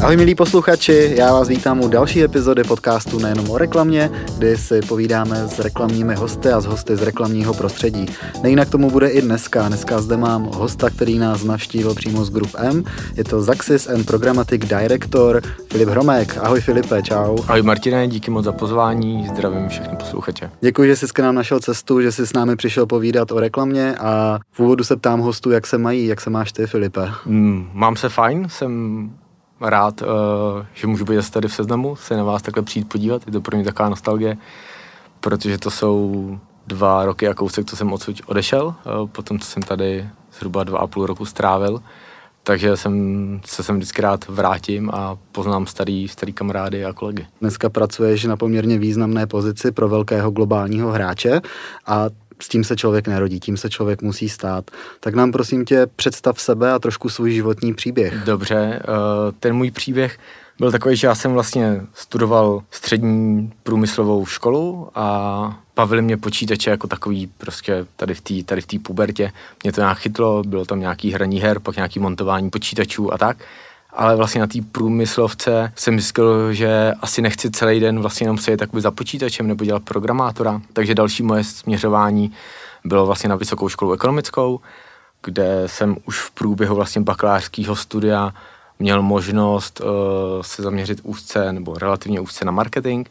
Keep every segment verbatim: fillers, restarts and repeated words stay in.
Ahoj milí posluchači, já vás vítám u další epizody podcastu Nejenom o reklamě, kdy si povídáme s reklamními hosty a s hosty z reklamního prostředí. Nejinak tomu bude i dneska. Dneska zde mám hosta, který nás navštívil přímo z Group M. Je to Zaxis and Programmatic Director Filip Hromek. Ahoj Filipe, čau. Ahoj Martine, díky moc za pozvání, zdravím všechny posluchače. Děkuji, že jsi k nám našel cestu, že jsi s námi přišel povídat o reklamě a v úvodu se ptám hostů, jak se mají, jak se máš ty, Filipe? Mm, mám se fajn, jsem rád, uh, že můžu být zase tady v Seznamu, se na vás takhle přijít podívat, je to pro mě taková nostalgie, protože to jsou dva roky a kousek, co jsem odsud odešel, uh, potom co jsem tady zhruba dva a půl roku strávil, takže jsem, se sem vždycky rád vrátím a poznám starý, starý kamarády a kolegy. Dneska pracuješ na poměrně významné pozici pro velkého globálního hráče a s tím se člověk nerodí, tím se člověk musí stát. Tak nám prosím tě představ sebe a trošku svůj životní příběh. Dobře, ten můj příběh byl takový, že já jsem vlastně studoval střední průmyslovou školu a bavily mě počítače jako takový prostě tady v té tady v té pubertě. Mě to nějak chytlo, bylo tam nějaký hraní her, pak nějaký montování počítačů a tak. Ale vlastně na té průmyslovce jsem zjistil, že asi nechci celý den vlastně jenom sedět takový za počítačem nebo dělat programátora. Takže další moje směřování bylo vlastně na vysokou školu ekonomickou, kde jsem už v průběhu vlastně bakalářského studia měl možnost uh, se zaměřit úzce nebo relativně úzce na marketing.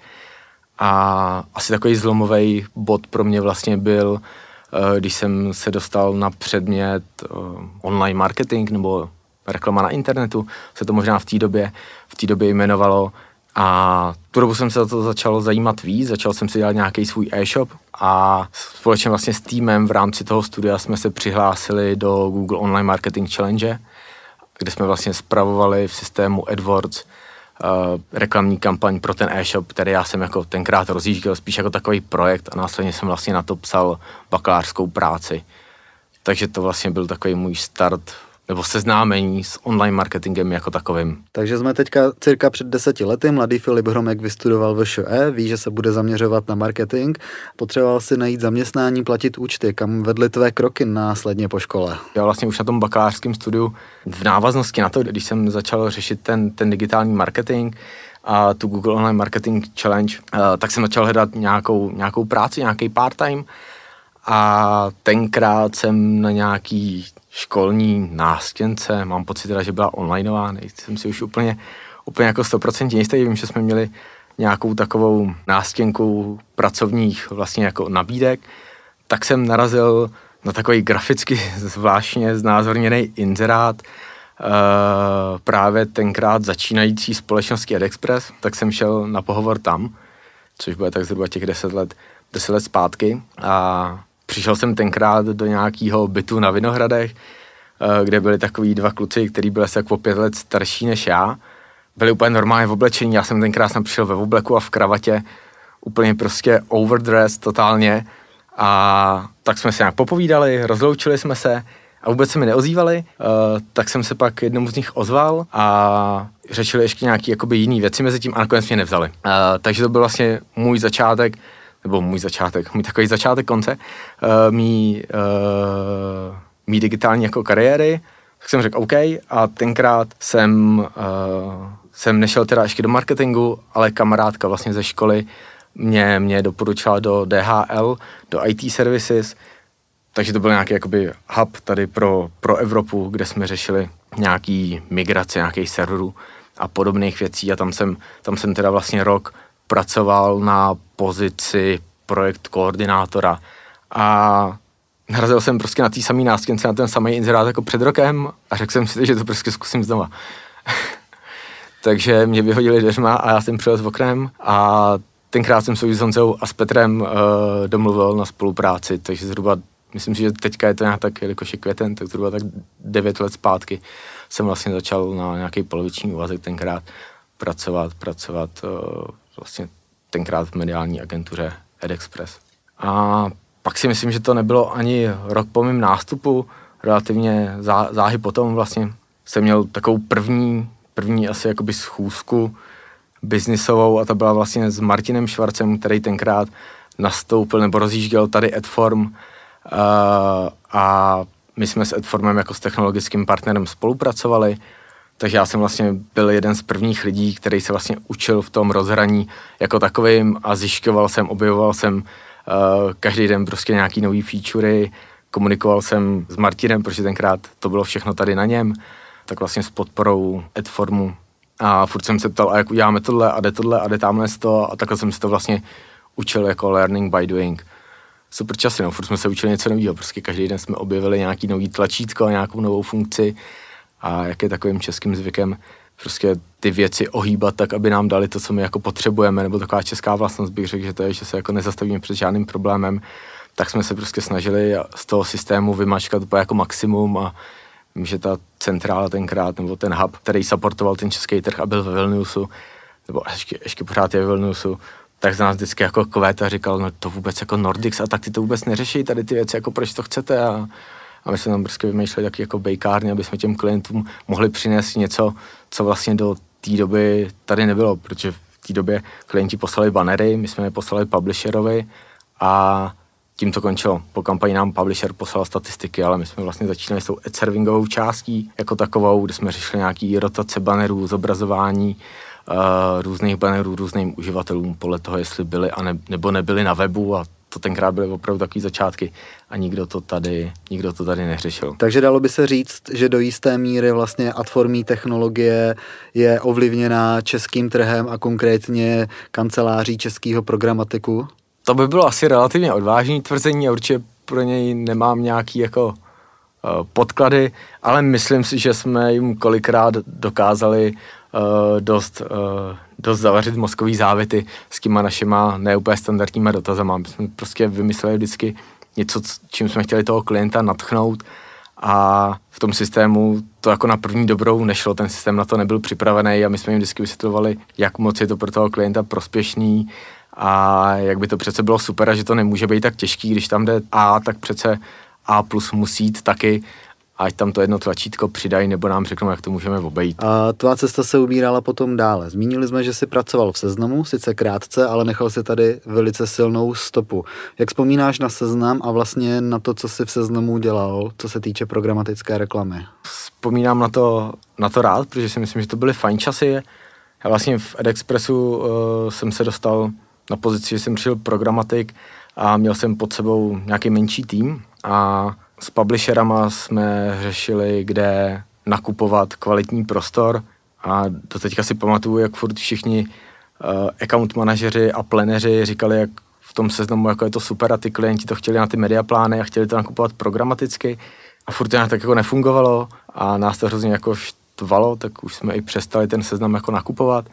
A asi takový zlomový bod pro mě vlastně byl, uh, když jsem se dostal na předmět uh, online marketing nebo reklama na internetu, se to možná v té době, v té době jmenovalo. A tu dobu jsem se za to začal zajímat víc, začal jsem si dělat nějaký svůj e-shop a společně vlastně s týmem v rámci toho studia jsme se přihlásili do Google Online Marketing Challenge, kde jsme vlastně spravovali v systému AdWords uh, reklamní kampaň pro ten e-shop, který já jsem jako tenkrát rozjížděl spíš jako takový projekt a následně jsem vlastně na to psal bakalářskou práci. Takže to vlastně byl takový můj start nebo seznámení s online marketingem jako takovým. Takže jsme teďka cirka před deseti lety, mladý Filip Hromek vystudoval V Š E, ví, že se bude zaměřovat na marketing, potřeboval si najít zaměstnání, platit účty, kam vedly tvé kroky následně po škole? Já vlastně už na tom bakalářském studiu v návaznosti na to, když jsem začal řešit ten, ten digitální marketing a tu Google Online Marketing Challenge, tak jsem začal hledat nějakou, nějakou práci, nějaký part-time a tenkrát jsem na nějaký školní nástěnce, mám pocit teda, že byla onlineová, nejsem si už úplně, úplně jako sto procent jistý, vím, že jsme měli nějakou takovou nástěnku pracovních vlastně jako nabídek, tak jsem narazil na takový graficky zvláštně znázorněný inzerát uh, právě tenkrát začínající společnosti AdExpress, tak jsem šel na pohovor tam, což bude tak zhruba těch deset let, deset let zpátky a přišel jsem tenkrát do nějakého bytu na Vinohradech, kde byli takový dva kluci, kteří byli asi jako o pět let starší než já. Byli úplně normálně v oblečení, já jsem tenkrát jsem přišel ve obleku a v kravatě, úplně prostě overdressed totálně. A tak jsme se nějak popovídali, rozloučili jsme se a vůbec se mi neozývali, tak jsem se pak jednomu z nich ozval a řešili ještě nějaké jakoby jiné věci mezi tím a nakonec mě nevzali. Takže to byl vlastně můj začátek, nebo můj začátek, můj takový začátek konce, uh, mý, uh, mý digitální jako kariéry, tak jsem řekl OK a tenkrát jsem, uh, jsem nešel teda ještě do marketingu, ale kamarádka vlastně ze školy mě, mě doporučila do D H L, do I T services, takže to byl nějaký jakoby hub tady pro, pro Evropu, kde jsme řešili nějaký migrace, nějakých serverů a podobných věcí a tam jsem, tam jsem teda vlastně rok pracoval na pozici projekt koordinátora a narazil jsem prostě na té samé nástěnce, na ten samý inzerát jako před rokem a řekl jsem si, že to prostě zkusím znova. Takže mě vyhodili dveřma a já jsem přijel s oknem a tenkrát jsem se s Honzou a s Petrem uh, domluvil na spolupráci, takže zhruba, myslím si, že teďka je to nějak tak, jelikož je květen, tak zhruba tak devět let zpátky jsem vlastně začal na nějaký poloviční úvazek tenkrát pracovat, pracovat uh, vlastně tenkrát v mediální agentuře AdExpress. A pak si myslím, že to nebylo ani rok po mém nástupu, relativně zá, záhy potom vlastně jsem měl takovou první, první asi jakoby schůzku biznisovou a ta byla vlastně s Martinem Švarcem, který tenkrát nastoupil nebo rozjížděl tady Adform uh, a my jsme s Adformem jako s technologickým partnerem spolupracovali Takže já jsem vlastně byl jeden z prvních lidí, který se vlastně učil v tom rozhraní jako takovým a zjišťoval jsem, objevoval jsem uh, každý den prostě nějaký nový featurey, komunikoval jsem s Martinem, protože tenkrát to bylo všechno tady na něm, tak vlastně s podporou Adformu. A furt jsem se ptal, a jak uděláme tohle, a jde tohle, a jde tamhle to, a takhle jsem si to vlastně učil jako learning by doing. Super časy, no, furt jsme se učili něco nového, prostě každý den jsme objevili nějaký nový tlačítko, nějakou novou funkci a jak je takovým českým zvykem prostě ty věci ohýbat tak, aby nám dali to, co my jako potřebujeme, nebo taková česká vlastnost bych řekl, že to je, že se jako nezastavíme před žádným problémem, tak jsme se prostě snažili z toho systému vymačkat úplně jako maximum a vím, že ta centrála tenkrát, nebo ten hub, který supportoval ten český trh a byl ve Vilniusu, nebo ještě, ještě pořád je ve Vilniusu, tak za nás vždycky jako kvéta říkal, no to vůbec jako Nordics a tak ty to vůbec neřeší, tady ty věci, jako proč to chcete a, a my jsme tam prostě vymýšleli taky jako bejkárny, aby jsme těm klientům mohli přinést něco, co vlastně do té doby tady nebylo, protože v té době klienti poslali bannery, my jsme je poslali publisherovi a tím to končilo. Po kampani nám publisher poslal statistiky, ale my jsme vlastně začínali s tou ad-servingovou částí jako takovou, kde jsme řešili nějaký rotace bannerů, zobrazování uh, různých bannerů různým uživatelům podle toho, jestli byli a ne, nebo nebyli na webu a to tenkrát byly opravdu takový začátky a nikdo to tady, nikdo to tady neřešil. Takže dalo by se říct, že do jisté míry vlastně adformní technologie je ovlivněná českým trhem a konkrétně kanceláří českého programatiku? To by bylo asi relativně odvážné tvrzení a určitě pro něj nemám nějaký jako uh, podklady, ale myslím si, že jsme jim kolikrát dokázali uh, dost, uh, dost zavařit mozkový závity s těma našima neúplně standardníma dotazama. My jsme prostě vymysleli vždycky něco, čím jsme chtěli toho klienta nadchnout a v tom systému to jako na první dobrou nešlo, ten systém na to nebyl připravený a my jsme jim vždycky vysvětlovali, jak moc je to pro toho klienta prospěšný, a jak by to přece bylo super a že to nemůže být tak těžký, když tam jde A, tak přece A plus musí jít taky, ať tam to jedno tlačítko přidají nebo nám řeknou, jak to můžeme obejít. A tvá cesta se ubírala potom dále. Zmínili jsme, že jsi pracoval v Seznamu, sice krátce, ale nechal si tady velice silnou stopu. Jak vzpomínáš na Seznam a vlastně na to, co jsi v Seznamu dělal, co se týče programatické reklamy? Vzpomínám na to, na to rád, protože si myslím, že to byly fajn časy. Já vlastně v AdExpressu uh, jsem se dostal na pozici, že jsem přišel programatik a měl jsem pod sebou nějaký menší tým a s publisherama jsme řešili, kde nakupovat kvalitní prostor a do teďka si pamatuju, jak furt všichni uh, account manažeři a pleneři říkali, jak v tom Seznamu, jako je to super a ty klienti to chtěli na ty mediaplány a chtěli to nakupovat programaticky a furt to nějak tak jako nefungovalo a nás to hrozně jako štvalo, tak už jsme i přestali ten Seznam jako nakupovat.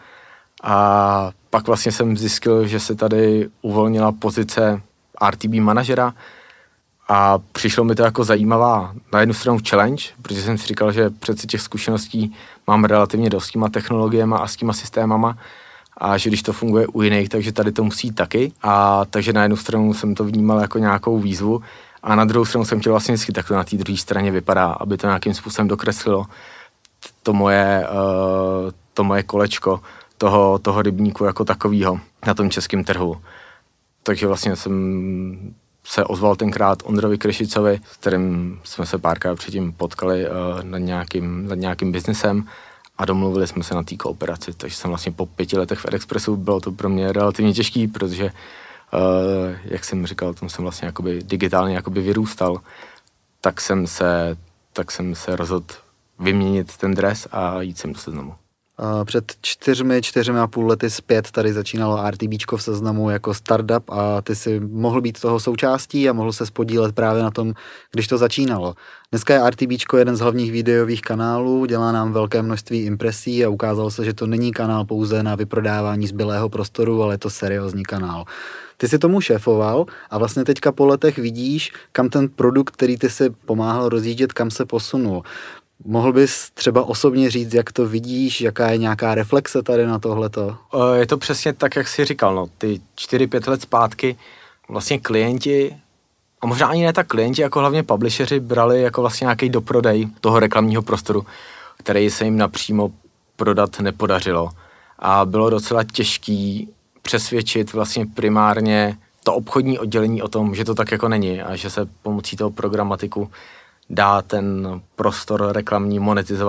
A pak vlastně jsem zjistil, že se tady uvolnila pozice R T B manažera a přišlo mi to jako zajímavá na jednu stranu challenge, protože jsem si říkal, že přeci těch zkušeností mám relativně dost s těma technologiemi a s těma systémama a že když to funguje u jiných, takže tady to musí taky. A takže na jednu stranu jsem to vnímal jako nějakou výzvu a na druhou stranu jsem chtěl vlastně vždycky, tak to na té druhé straně vypadá, aby to nějakým způsobem dokreslilo to moje, uh, to moje kolečko toho, toho rybníku jako takovýho na tom českém trhu. Takže vlastně jsem se ozval tenkrát Ondrovi Kryšicovi, s kterým jsme se párkrát předtím potkali uh, nad, nějakým, nad nějakým biznesem a domluvili jsme se na té kooperaci. Takže jsem vlastně po pěti letech v AdExpressu, bylo to pro mě relativně těžký, protože, uh, jak jsem říkal, tam jsem vlastně jakoby digitálně jakoby vyrůstal, tak jsem se, tak jsem se rozhodl vyměnit ten dres a jít sem do Seznamu. Před čtyřmi, čtyřmi a půl lety zpět tady začínalo RTBčko v Seznamu jako startup a ty si mohl být toho součástí a mohl se spodílet právě na tom, když to začínalo. Dneska je RTBčko jeden z hlavních videových kanálů, dělá nám velké množství impresí a ukázalo se, že to není kanál pouze na vyprodávání zbylého prostoru, ale je to seriózní kanál. Ty si tomu šéfoval a vlastně teďka po letech vidíš, kam ten produkt, který ty si pomáhal rozjíždět, kam se posunul. Mohl bys třeba osobně říct, jak to vidíš, jaká je nějaká reflexe tady na tohleto? Je to přesně tak, jak jsi říkal, no, ty čtyři, pět let zpátky vlastně klienti, a možná ani ne tak klienti, jako hlavně publisheri brali jako vlastně nějaký doprodej toho reklamního prostoru, který se jim napřímo prodat nepodařilo. A bylo docela těžký přesvědčit vlastně primárně to obchodní oddělení o tom, že to tak jako není a že se pomocí toho programatiku dá ten prostor reklamní monetizovat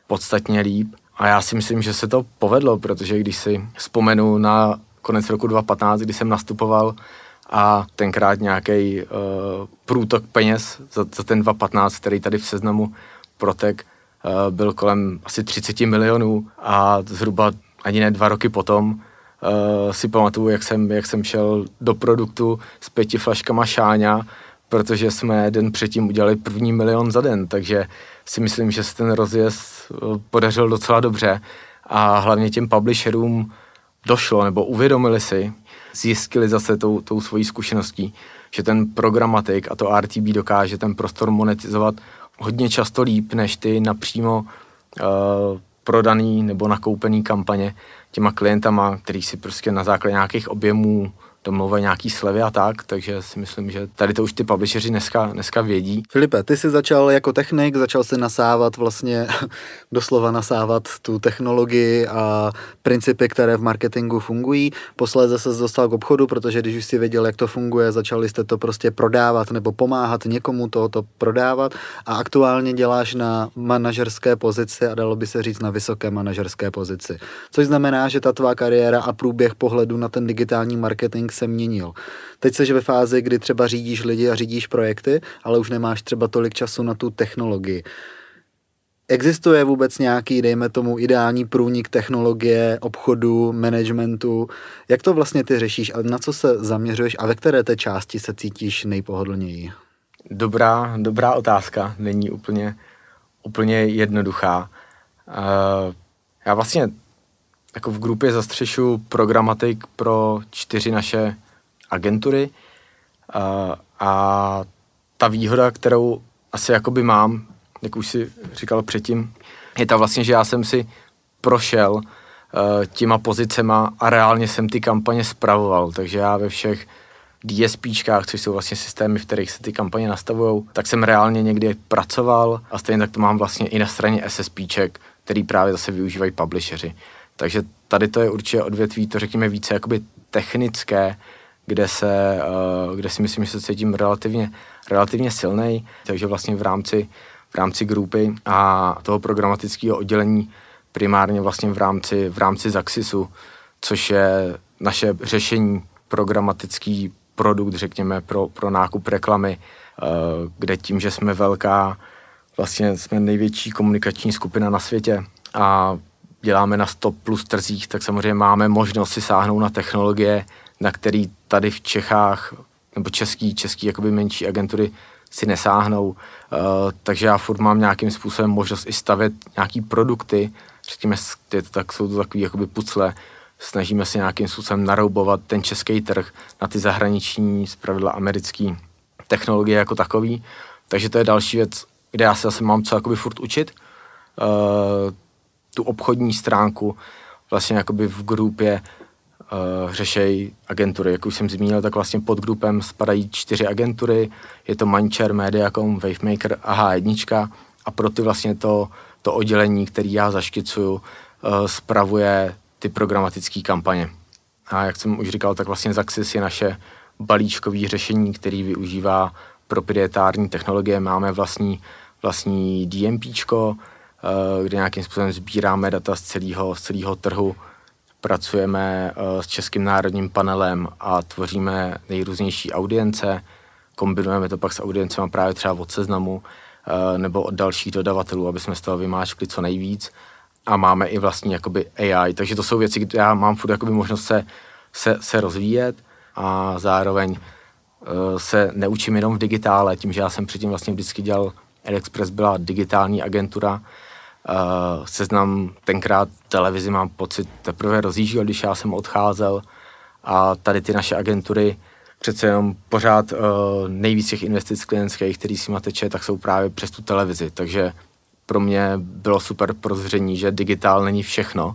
podstatně líp. A já si myslím, že se to povedlo, protože když si vzpomenu na konec roku dva tisíce patnáct, kdy jsem nastupoval a tenkrát nějaký uh, průtok peněz za, za ten dva tisíce patnáct, který tady v Seznamu protek, uh, byl kolem asi třicet milionů a zhruba ani ne dva roky potom uh, si pamatuju, jak jsem, jak jsem šel do produktu s pěti flaškama šáňa, protože jsme den předtím udělali první milion za den, takže si myslím, že se ten rozjezd podařil docela dobře a hlavně těm publisherům došlo, nebo uvědomili si, zjistili zase tou, tou svojí zkušeností, že ten programatik a to R T B dokáže ten prostor monetizovat hodně často líp, než ty napřímo uh, prodaný nebo nakoupený kampaně těma klientama, který si prostě na základě nějakých objemů domlouvají nějaký slevy a tak, takže si myslím, že tady to už ty publisheri dneska, dneska vědí. Filipe, ty jsi začal jako technik, začal si nasávat vlastně, doslova nasávat tu technologii a principy, které v marketingu fungují. Posléze se dostal k obchodu, protože když už si věděl, jak to funguje, začali jste to prostě prodávat nebo pomáhat někomu tohoto prodávat a aktuálně děláš na manažerské pozici a dalo by se říct na vysoké manažerské pozici. Což znamená, že ta tvá kariéra a průběh pohledu na ten digitální marketing se měnil. Teď seš ve fázi, kdy třeba řídíš lidi a řídíš projekty, ale už nemáš třeba tolik času na tu technologii. Existuje vůbec nějaký, dejme tomu, ideální průnik technologie, obchodu, managementu? Jak to vlastně ty řešíš a na co se zaměřuješ a ve které té části se cítíš nejpohodlněji? Dobrá, dobrá otázka. Není úplně, úplně jednoduchá. Uh, já vlastně jako v grupě zastřešu programatik pro čtyři naše agentury a, a ta výhoda, kterou asi jakoby mám, jak už si říkal předtím, je ta vlastně, že já jsem si prošel uh, těma pozicema a reálně jsem ty kampaně spravoval, takže já ve všech DSPčkách, což jsou vlastně systémy, v kterých se ty kampaně nastavujou, tak jsem reálně někdy pracoval a stejně tak to mám vlastně i na straně SSPček, který právě zase využívají publisheri. Takže tady to je určitě odvětví, to řekněme více jakoby technické, kde, se, kde si myslím, že se cítím relativně, relativně silnej, takže vlastně v rámci, v rámci grupy a toho programatického oddělení primárně vlastně v rámci, v rámci Zaxisu, což je naše řešení programatický produkt, řekněme, pro, pro nákup reklamy, kde tím, že jsme velká, vlastně jsme největší komunikační skupina na světě a děláme na sto plus trzích, tak samozřejmě máme možnost si sáhnout na technologie, na který tady v Čechách, nebo český, český jakoby menší agentury si nesáhnou. Uh, takže já furt mám nějakým způsobem možnost i stavět nějaký produkty, řekněme, tak jsou to takový jakoby pucle, snažíme se nějakým způsobem naroubovat ten český trh na ty zahraniční, zpravidla americký technologie jako takový. Takže to je další věc, kde já se zase mám co jakoby furt učit. Uh, tu obchodní stránku vlastně jakoby v grupě uh, řešejí agentury. Jak už jsem zmínil, tak vlastně pod grupem spadají čtyři agentury. Je to Mindshare, Mediacom, Wavemaker a H jedna a pro ty vlastně to, to oddělení, který já zaškicuju, uh, spravuje ty programatické kampaně. A jak jsem už říkal, tak vlastně Zaxis je naše balíčkové řešení, který využívá proprietární technologie. Máme vlastní, vlastní DMPčko, kde nějakým způsobem sbíráme data z celého, z celého trhu, pracujeme s Českým národním panelem a tvoříme nejrůznější audience, kombinujeme to pak s audiencema právě třeba od Seznamu nebo od dalších dodavatelů, aby jsme z toho vymáčkli co nejvíc a máme i vlastní jakoby A I, takže to jsou věci, kde já mám furt jakoby možnost se, se, se rozvíjet a zároveň se neučím jenom v digitále, tím, že já jsem předtím vlastně vždycky dělal, AdExpress byla digitální agentura. Uh, Seznam tenkrát televizi mám pocit teprve rozjížděl, když já jsem odcházel a tady ty naše agentury přece jenom pořád uh, nejvíc těch investic klientských, který si má teče, tak jsou právě přes tu televizi, takže pro mě bylo super prozření, že digitál není všechno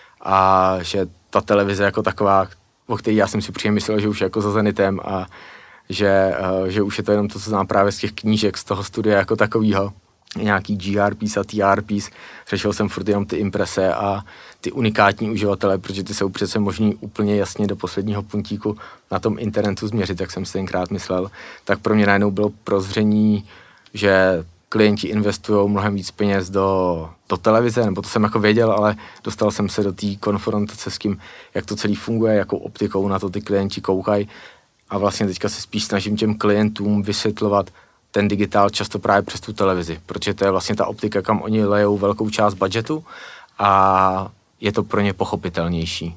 a že ta televize jako taková, o který já jsem si přímě myslel, že už je jako za Zenitem a že, uh, že už je to jenom to, co znám právě z těch knížek, z toho studia jako takovýho. Nějaký G R Ps a T R Ps, řešil jsem furt jenom ty imprese a ty unikátní uživatele, protože ty jsou přece možný úplně jasně do posledního puntíku na tom internetu změřit, jak jsem si tenkrát myslel, tak pro mě najednou bylo prozření, že klienti investují mnohem víc peněz do, do televize, nebo to jsem jako věděl, ale dostal jsem se do té konfrontace s tím, jak to celý funguje, jakou optikou na to ty klienti koukají. A vlastně teďka se spíš snažím těm klientům vysvětlovat ten digitál často právě přes tu televizi, protože to je vlastně ta optika, kam oni lejou velkou část budgetu a je to pro ně pochopitelnější.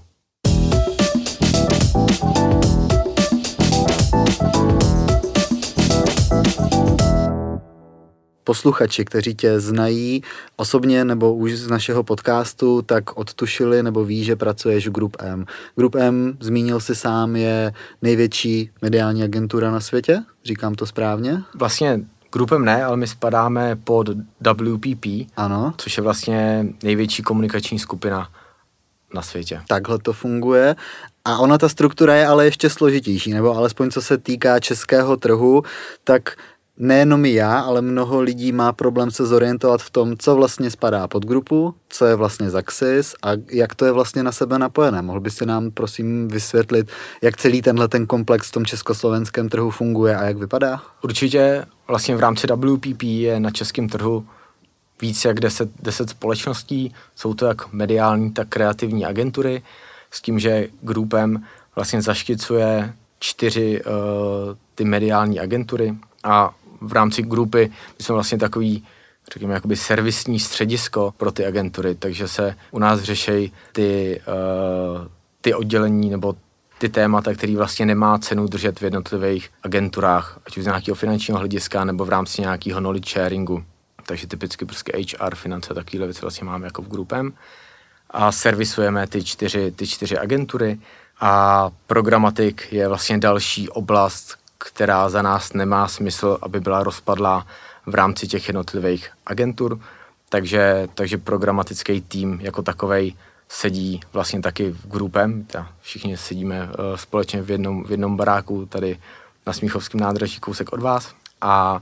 Posluchači, kteří tě znají osobně nebo už z našeho podcastu, tak odtušili nebo ví, že pracuješ v Group M. Group M, zmínil si sám, je největší mediální agentura na světě? Říkám to správně? Vlastně Group M ne, ale my spadáme pod W P P, ano. Což je vlastně největší komunikační skupina na světě. Takhle to funguje. A ona, ta struktura je ale ještě složitější, nebo alespoň co se týká českého trhu, tak nejenom já, ale mnoho lidí má problém se zorientovat v tom, co vlastně spadá pod grupu, co je vlastně Zaxis a jak to je vlastně na sebe napojené. Mohl by si nám prosím vysvětlit, jak celý tenhle ten komplex v tom československém trhu funguje a jak vypadá? Určitě vlastně v rámci W P P je na českém trhu víc jak deset, deset společností, jsou to jak mediální, tak kreativní agentury, s tím, že Group M vlastně zaškicuje čtyři uh, ty mediální agentury a v rámci grupy my jsme vlastně takový, řekněme, jakoby servisní středisko pro ty agentury, takže se u nás řeší ty, uh, ty oddělení nebo ty témata, který vlastně nemá cenu držet v jednotlivých agenturách, ať už z nějakého finančního hlediska nebo v rámci nějakého knowledge sharingu. Takže typicky prostě H R, finance, takovýhle věci vlastně máme jako v Groupem. A servisujeme ty čtyři, ty čtyři agentury a programatik je vlastně další oblast, která za nás nemá smysl, aby byla rozpadlá v rámci těch jednotlivých agentur. Takže, takže programatický tým jako takovej sedí vlastně taky v Groupem. Všichni sedíme uh, společně v jednom, v jednom baráku tady na Smíchovském nádraží kousek od vás a,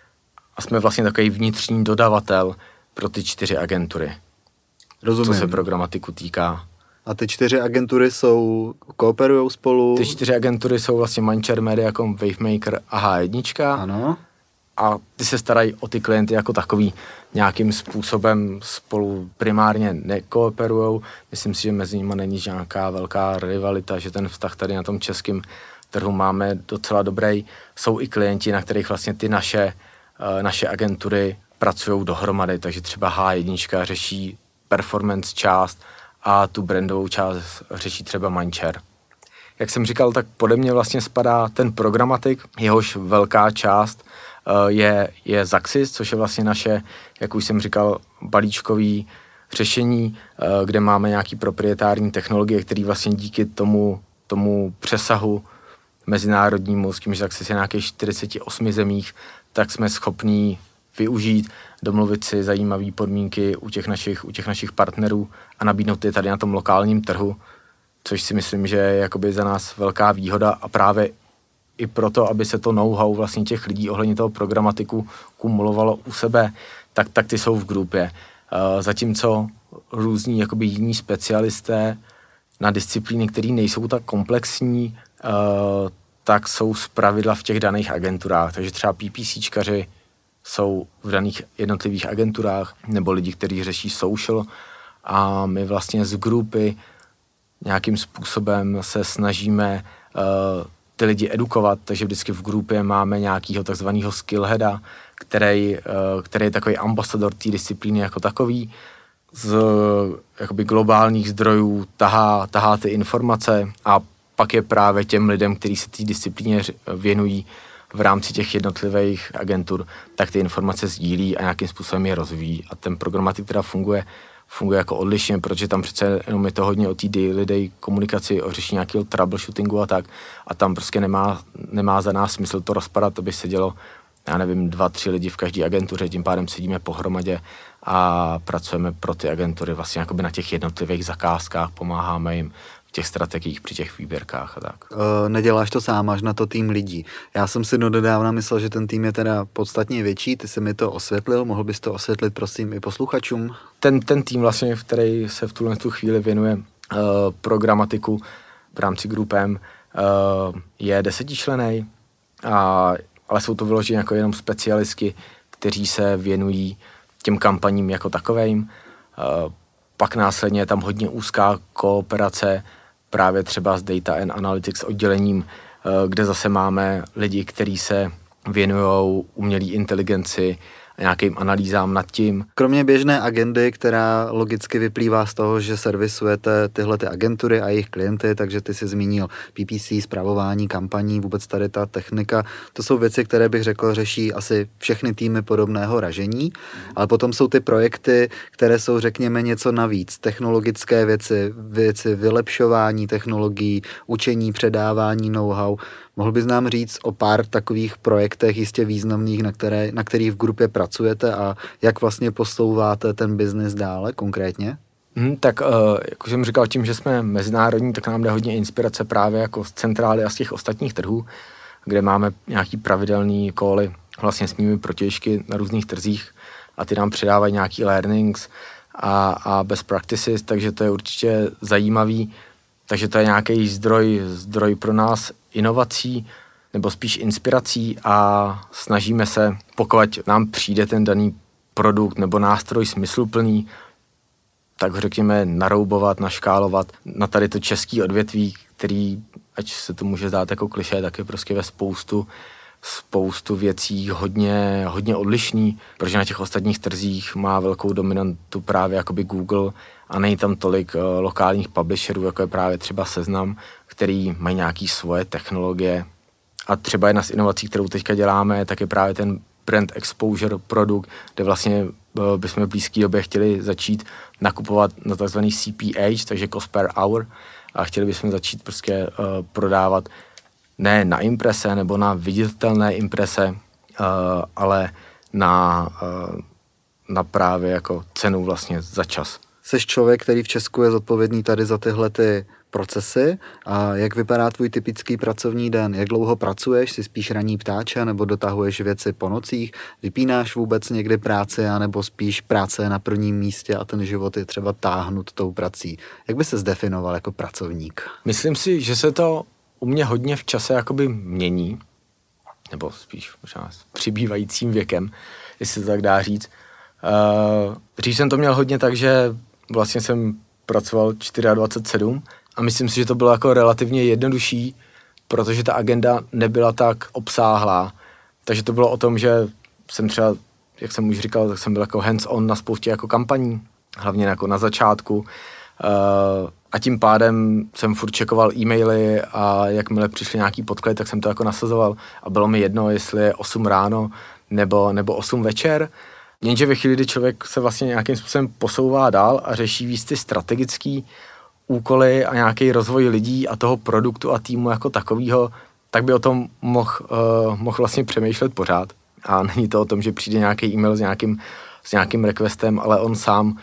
a jsme vlastně takový vnitřní dodavatel pro ty čtyři agentury. Rozumím. Co se programatiku týká. A ty čtyři agentury jsou, kooperujou spolu? Ty čtyři agentury jsou vlastně Mindshare, Mediacom, Wavemaker a H jedna. Ano. A ty se starají o ty klienty jako takový, nějakým způsobem spolu primárně nekooperujou. Myslím si, že mezi nimi není nějaká velká rivalita, že ten vztah tady na tom českém trhu máme docela dobrý. Jsou i klienti, na kterých vlastně ty naše, naše agentury pracují dohromady, takže třeba H jedna řeší performance část a tu brandovou část řeší třeba Mindshare. Jak jsem říkal, tak pode mě vlastně spadá ten programatik, jehož velká část je, je Zaxis, což je vlastně naše, jak už jsem říkal, balíčkový řešení, kde máme nějaký proprietární technologie, které vlastně díky tomu, tomu přesahu mezinárodnímu, s tím, že Zaxis je nějakých čtyřicet osm zemích, tak jsme schopní využít, domluvit si zajímavé podmínky u těch, našich, u těch našich partnerů a nabídnout je tady na tom lokálním trhu, což si myslím, že je jakoby za nás velká výhoda a právě i proto, aby se to know-how vlastně těch lidí ohledně toho programatiku kumulovalo u sebe, tak, tak ty jsou v grupě. Uh, zatímco různí jakoby jiní specialisté na disciplíny, které nejsou tak komplexní, uh, tak jsou zpravidla v těch daných agenturách. Takže třeba PPCčkaři jsou v daných jednotlivých agenturách nebo lidi, kteří řeší social a my vlastně z grupy nějakým způsobem se snažíme uh, ty lidi edukovat, takže vždycky v grupě máme nějakýho takzvaného skillheada, který, uh, který je takový ambasador té disciplíny jako takový, z jakoby globálních zdrojů tahá, tahá ty informace a pak je právě těm lidem, kteří se té disciplíně věnují v rámci těch jednotlivých agentur, tak ty informace sdílí a nějakým způsobem je rozvíjí. A ten programatik teda funguje, funguje jako odlišně, protože tam přece jenom je to hodně o té daily day komunikaci, o řešení nějakého troubleshootingu a tak. A tam prostě nemá, nemá za nás smysl to rozpadat, to by se dělo, já nevím, dva, tři lidi v každé agentuře, tím pádem sedíme pohromadě a pracujeme pro ty agentury vlastně jakoby na těch jednotlivých zakázkách, pomáháme jim v těch strategiích, při těch výběrkách a tak. E, neděláš to sám, máš na to tým lidí. Já jsem si dodávna myslel, že ten tým je teda podstatně větší, ty jsi mi to osvětlil, mohl bys to osvětlit prosím i posluchačům? Ten, ten tým vlastně, v který se v tuhle tu chvíli věnuje uh, programatiku v rámci Groupem, uh, je desetičlennej, a, ale jsou to vyloženě jako jenom specialistky, kteří se věnují těm kampaním jako takovým. Pak následně je tam hodně úzká kooperace právě třeba s Data and Analytics oddělením, kde zase máme lidi, kteří se věnují umělé inteligenci a nějakým analýzám nad tím. Kromě běžné agendy, která logicky vyplývá z toho, že servisujete tyhle ty agentury a jejich klienty, takže ty jsi zmínil P P C, spravování kampaní, vůbec tady ta technika, to jsou věci, které bych řekl řeší asi všechny týmy podobného ražení, ale potom jsou ty projekty, které jsou řekněme něco navíc, technologické věci, věci vylepšování technologií, učení, předávání know-how. Mohl bys nám říct o pár takových projektech jistě významných, na, které, na kterých v grupě pracujete a jak vlastně posouváte ten biznis dále konkrétně? Hmm, tak uh, jak jsem říkal, tím, že jsme mezinárodní, tak nám jde hodně inspirace právě jako z centrály a z těch ostatních trhů, kde máme nějaký pravidelný koly vlastně s mými protějšky na různých trzích a ty nám předávají nějaký learnings a, a best practices, takže to je určitě zajímavý. Takže to je nějaký zdroj, zdroj pro nás inovací, nebo spíš inspirací a snažíme se, pokud nám přijde ten daný produkt nebo nástroj smysluplný, tak ho řekněme naroubovat, naškálovat na tady to český odvětví, který, ať se to může zdát jako klišé, tak je prostě ve spoustu, spoustu věcí hodně, hodně odlišný, protože na těch ostatních trzích má velkou dominantu právě jakoby Google a není tam tolik uh, lokálních publisherů, jako je právě třeba Seznam, který mají nějaký svoje technologie. A třeba jedna z inovací, kterou teďka děláme, tak je právě ten brand exposure produkt, kde vlastně uh, bychom v blízké době chtěli začít nakupovat na takzvaný C P H, takže cost per hour, a chtěli bychom začít prostě uh, prodávat ne na imprese nebo na viditelné imprese, uh, ale na, uh, na právě jako cenu vlastně za čas. Seš člověk, který v Česku je zodpovědný tady za tyhle ty procesy a jak vypadá tvůj typický pracovní den? Jak dlouho pracuješ? Jsi spíš raní ptáče nebo dotahuješ věci po nocích? Vypínáš vůbec někdy práci anebo spíš práce je na prvním místě a ten život je třeba táhnut tou prací? Jak by se zdefinoval jako pracovník? Myslím si, že se to u mě hodně v čase jakoby mění, nebo spíš možná s přibývajícím věkem, jestli to tak dá říct. Uh, dřív jsem to měl hodně tak, že vlastně jsem pracoval dvacet čtyři sedm a myslím si, že to bylo jako relativně jednodušší, protože ta agenda nebyla tak obsáhlá. Takže to bylo o tom, že jsem třeba, jak jsem už říkal, tak jsem byl jako hands-on na spoustě jako kampaní, hlavně jako na začátku. Uh, a tím pádem jsem furt čekoval e-maily a jakmile přišly nějaký podklady, tak jsem to jako nasazoval a bylo mi jedno, jestli je osm ráno nebo, nebo osm večer. Jenže ve chvíli, kdy člověk se vlastně nějakým způsobem posouvá dál a řeší víc ty strategický úkoly a nějaký rozvoj lidí a toho produktu a týmu jako takového, tak by o tom mohl uh, mohl vlastně přemýšlet pořád. A není to o tom, že přijde nějaký e-mail s nějakým, s nějakým requestem, ale on sám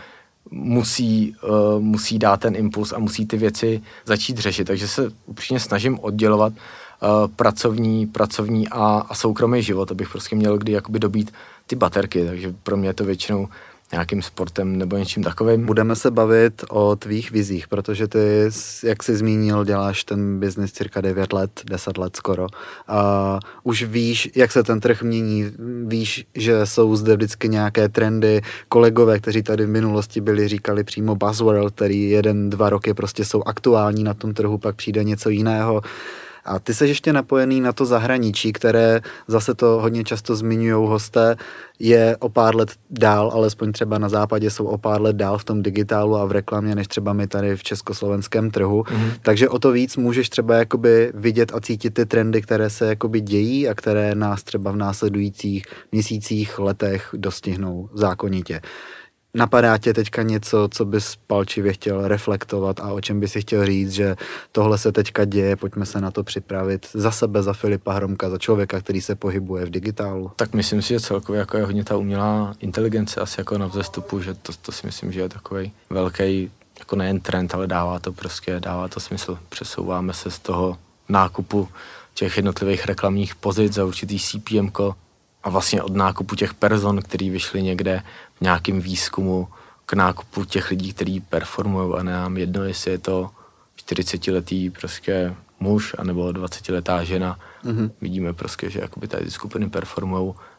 musí, uh, musí dát ten impuls a musí ty věci začít řešit. Takže se upřímně snažím oddělovat uh, pracovní, pracovní a, a soukromý život, abych prostě měl kdy jakoby dobít ty baterky, takže pro mě je to většinou nějakým sportem nebo něčím takovým. Budeme se bavit o tvých vizích, protože ty, jak jsi zmínil, děláš ten biznis cirka devět let, deset let skoro. A už víš, jak se ten trh mění, víš, že jsou zde vždycky nějaké trendy. Kolegové, kteří tady v minulosti byli, říkali přímo buzzword, který jeden, dva roky prostě jsou aktuální na tom trhu, pak přijde něco jiného. A ty jsi ještě napojený na to zahraničí, které zase to hodně často zmiňujou hosté, je o pár let dál, alespoň třeba na západě jsou o pár let dál v tom digitálu a v reklamě, než třeba my tady v československém trhu. Mm-hmm. Takže o to víc můžeš třeba jakoby vidět a cítit ty trendy, které se jakoby dějí a které nás třeba v následujících měsících, letech dostihnou zákonitě. Napadá tě teďka něco, co bys palčivě chtěl reflektovat a o čem bys si chtěl říct, že tohle se teďka děje, pojďme se na to připravit za sebe, za Filipa Hromka, za člověka, který se pohybuje v digitálu? Tak myslím si, že celkově jako je hodně ta umělá inteligence asi jako na vzestupu, že to, to si myslím, že je takovej velký jako nejen trend, ale dává to prostě, dává to smysl. Přesouváme se z toho nákupu těch jednotlivých reklamních pozic za určitý C P M ko a vlastně od nákupu těch person, který vyšli někde v nějakém výzkumu k nákupu těch lidí, kteří performují a nám jedno, jestli je to čtyřicetiletý prostě muž anebo dvacetiletá žena. Mm-hmm. Vidíme prostě, že jakoby tady ty skupiny performují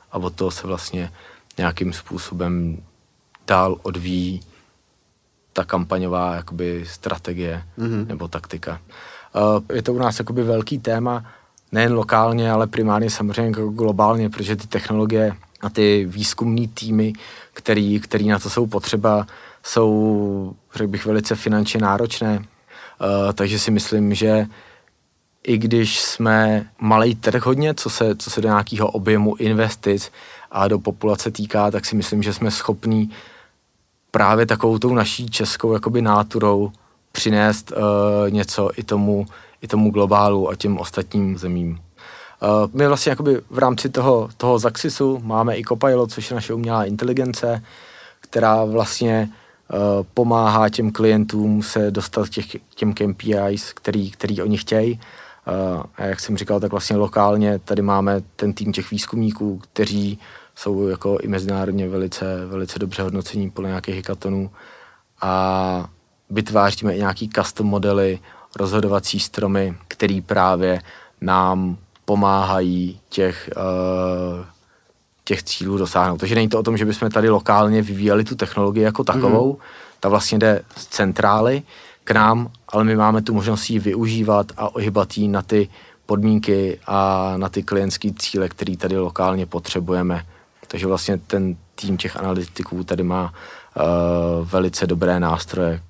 a od toho se vlastně nějakým způsobem dál odvíjí ta kampaňová jakoby strategie mm-hmm. nebo taktika. Uh, je to u nás jakoby velký téma, nejen lokálně, ale primárně samozřejmě globálně, protože ty technologie a ty výzkumní týmy, který, který na to jsou potřeba, jsou, řekl bych, velice finančně náročné. Uh, takže si myslím, že i když jsme malej trh hodně, co se, co se do nějakého objemu investic a do populace týká, tak si myslím, že jsme schopní právě takovou tou naší českou jakoby náturou přinést uh, něco i tomu, i tomu globálu a těm ostatním zemím. Uh, my vlastně jakoby v rámci toho, toho Zaxisu máme i Copilot, což je naše umělá inteligence, která vlastně uh, pomáhá těm klientům se dostat k těch, těm K P Is, který, který oni chtějí. Uh, a jak jsem říkal, tak vlastně lokálně tady máme ten tým těch výzkumníků, kteří jsou jako i mezinárodně velice, velice dobře hodnocení podle nějakých hackathonů a vytváříme i nějaký custom modely, rozhodovací stromy, který právě nám pomáhají těch, uh, těch cílů dosáhnout. Takže není to o tom, že bychom tady lokálně vyvíjeli tu technologii jako takovou, mm. ta vlastně jde z centrály k nám, ale my máme tu možnost ji využívat a ohybat ji na ty podmínky a na ty klientské cíle, které tady lokálně potřebujeme. Takže vlastně ten tým těch analytiků tady má uh, velice dobré nástroje.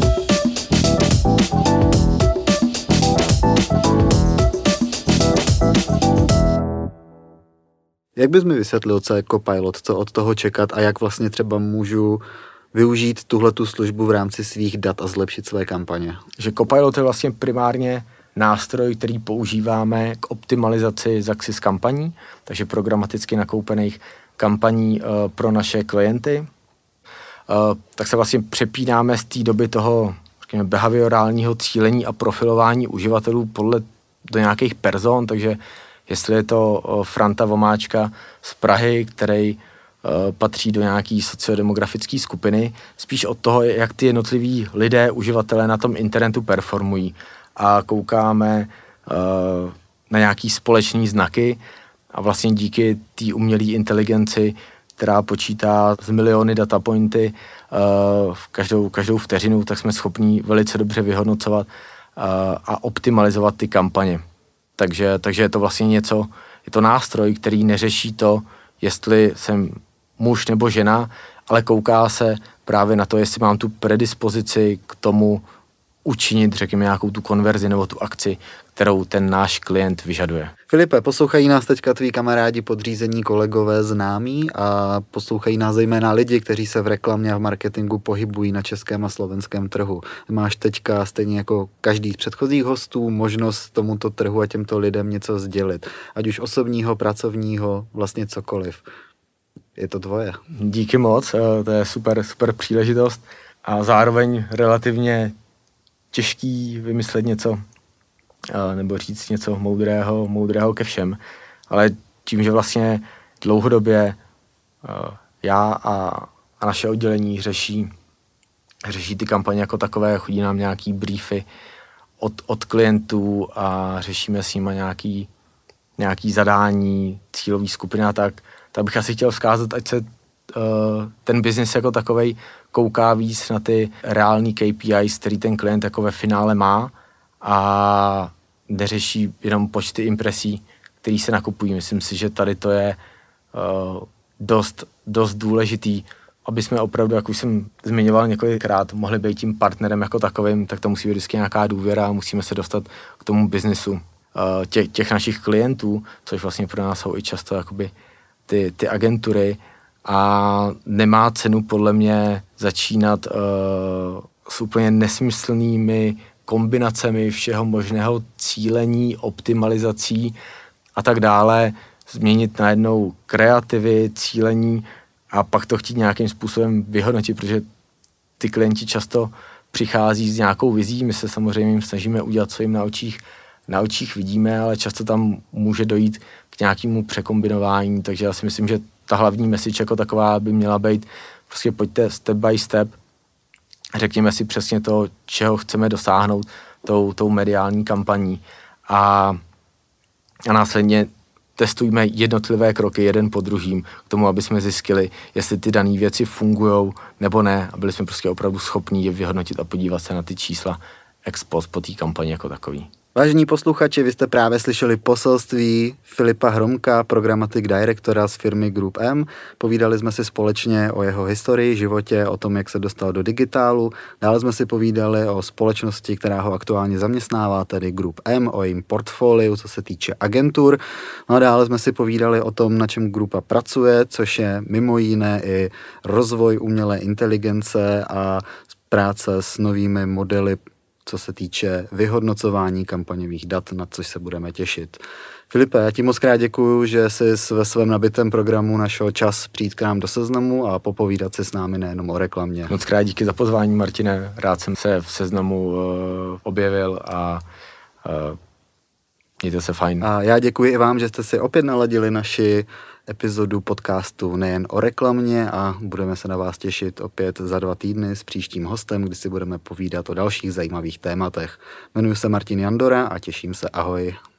Jak bys mi vysvětlil, co je Copilot, co od toho čekat a jak vlastně třeba můžu využít tuhletu službu v rámci svých dat a zlepšit své kampaně? Že Copilot je vlastně primárně nástroj, který používáme k optimalizaci Zaxis kampaní, takže programaticky nakoupených kampaní uh, pro naše klienty. Uh, tak se vlastně přepínáme z té doby toho řekněme, behaviorálního cílení a profilování uživatelů podle do nějakých person, takže jestli je to uh, Franta Vomáčka z Prahy, který uh, patří do nějaký sociodemografické skupiny, spíš od toho, jak ty jednotliví lidé, uživatelé na tom internetu performují. A koukáme uh, na nějaký společný znaky a vlastně díky té umělé inteligenci, která počítá z miliony datapointy uh, v každou, každou vteřinu, tak jsme schopni velice dobře vyhodnocovat uh, a optimalizovat ty kampaně. Takže, takže je to vlastně něco, je to nástroj, který neřeší to, jestli jsem muž nebo žena, ale kouká se právě na to, jestli mám tu predispozici k tomu učinit, řekněme, nějakou tu konverzi nebo tu akci, kterou ten náš klient vyžaduje. Filipe, poslouchají nás teďka tví kamarádi, podřízení, kolegové, známí a poslouchají nás zejména lidi, kteří se v reklamě a v marketingu pohybují na českém a slovenském trhu. Máš teďka stejně jako každý z předchozích hostů možnost tomuto trhu a těmto lidem něco sdělit. Ať už osobního, pracovního, vlastně cokoliv. Je to tvoje. Díky moc, to je super, super příležitost a zároveň relativně těžký vymyslet něco nebo říct něco moudrého, moudrého ke všem. Ale tím, že vlastně dlouhodobě já a, a naše oddělení řeší, řeší ty kampaně jako takové, chodí nám nějaký briefy od, od klientů a řešíme s nimi nějaký, nějaký zadání, cílový skupiny a tak, tak bych asi chtěl vzkázat, ať se uh, ten biznis jako takovej kouká víc na ty reální K P Is, který ten klient jako ve finále má a neřeší jenom počty impresí, který se nakupují. Myslím si, že tady to je uh, dost, dost důležitý, aby jsme opravdu, jak už jsem zmiňoval několikrát, mohli být tím partnerem jako takovým, tak to musí být vždycky nějaká důvěra a musíme se dostat k tomu biznisu uh, těch, těch našich klientů, což vlastně pro nás jsou i často jakoby ty, ty agentury a nemá cenu podle mě začínat uh, s úplně nesmyslnými kombinacemi všeho možného cílení, optimalizací a tak dále, změnit najednou kreativy, cílení a pak to chtít nějakým způsobem vyhodnotit, protože ty klienti často přichází s nějakou vizí, my se samozřejmě jim snažíme udělat, co jim na očích, na očích vidíme, ale často tam může dojít k nějakému překombinování, takže já si myslím, že ta hlavní message jako taková by měla být, prostě pojďte step by step, řekněme si přesně to, čeho chceme dosáhnout tou, tou mediální kampaní a, a následně testujme jednotlivé kroky jeden po druhým k tomu, aby jsme zjistili, jestli ty dané věci fungují nebo ne a byli jsme prostě opravdu schopní je vyhodnotit a podívat se na ty čísla ex post po té kampani jako takový. Vážení posluchači, vy jste právě slyšeli poselství Filipa Hromka, Programmatic Directora z firmy Group M. Povídali jsme si společně o jeho historii, životě, o tom, jak se dostal do digitálu. Dále jsme si povídali o společnosti, která ho aktuálně zaměstnává, tedy Group M, o jejím portfoliu, co se týče agentur. No a dále jsme si povídali o tom, na čem Grupa pracuje, což je mimo jiné i rozvoj umělé inteligence a práce s novými modely, co se týče vyhodnocování kampaňových dat, na což se budeme těšit. Filipe, já ti moc krát děkuju, že jsi ve svém nabitém programu našel čas přijít k nám do Seznamu a popovídat si s námi nejenom o reklamě. Moc krát díky za pozvání, Martine. Rád jsem se v Seznamu uh, objevil a uh, mějte se fajn. A já děkuji i vám, že jste si opět naladili naši epizodu podcastu Nejen o reklamě a budeme se na vás těšit opět za dva týdny s příštím hostem, kdy si budeme povídat o dalších zajímavých tématech. Jmenuji se Martin Jandora a těším se, ahoj.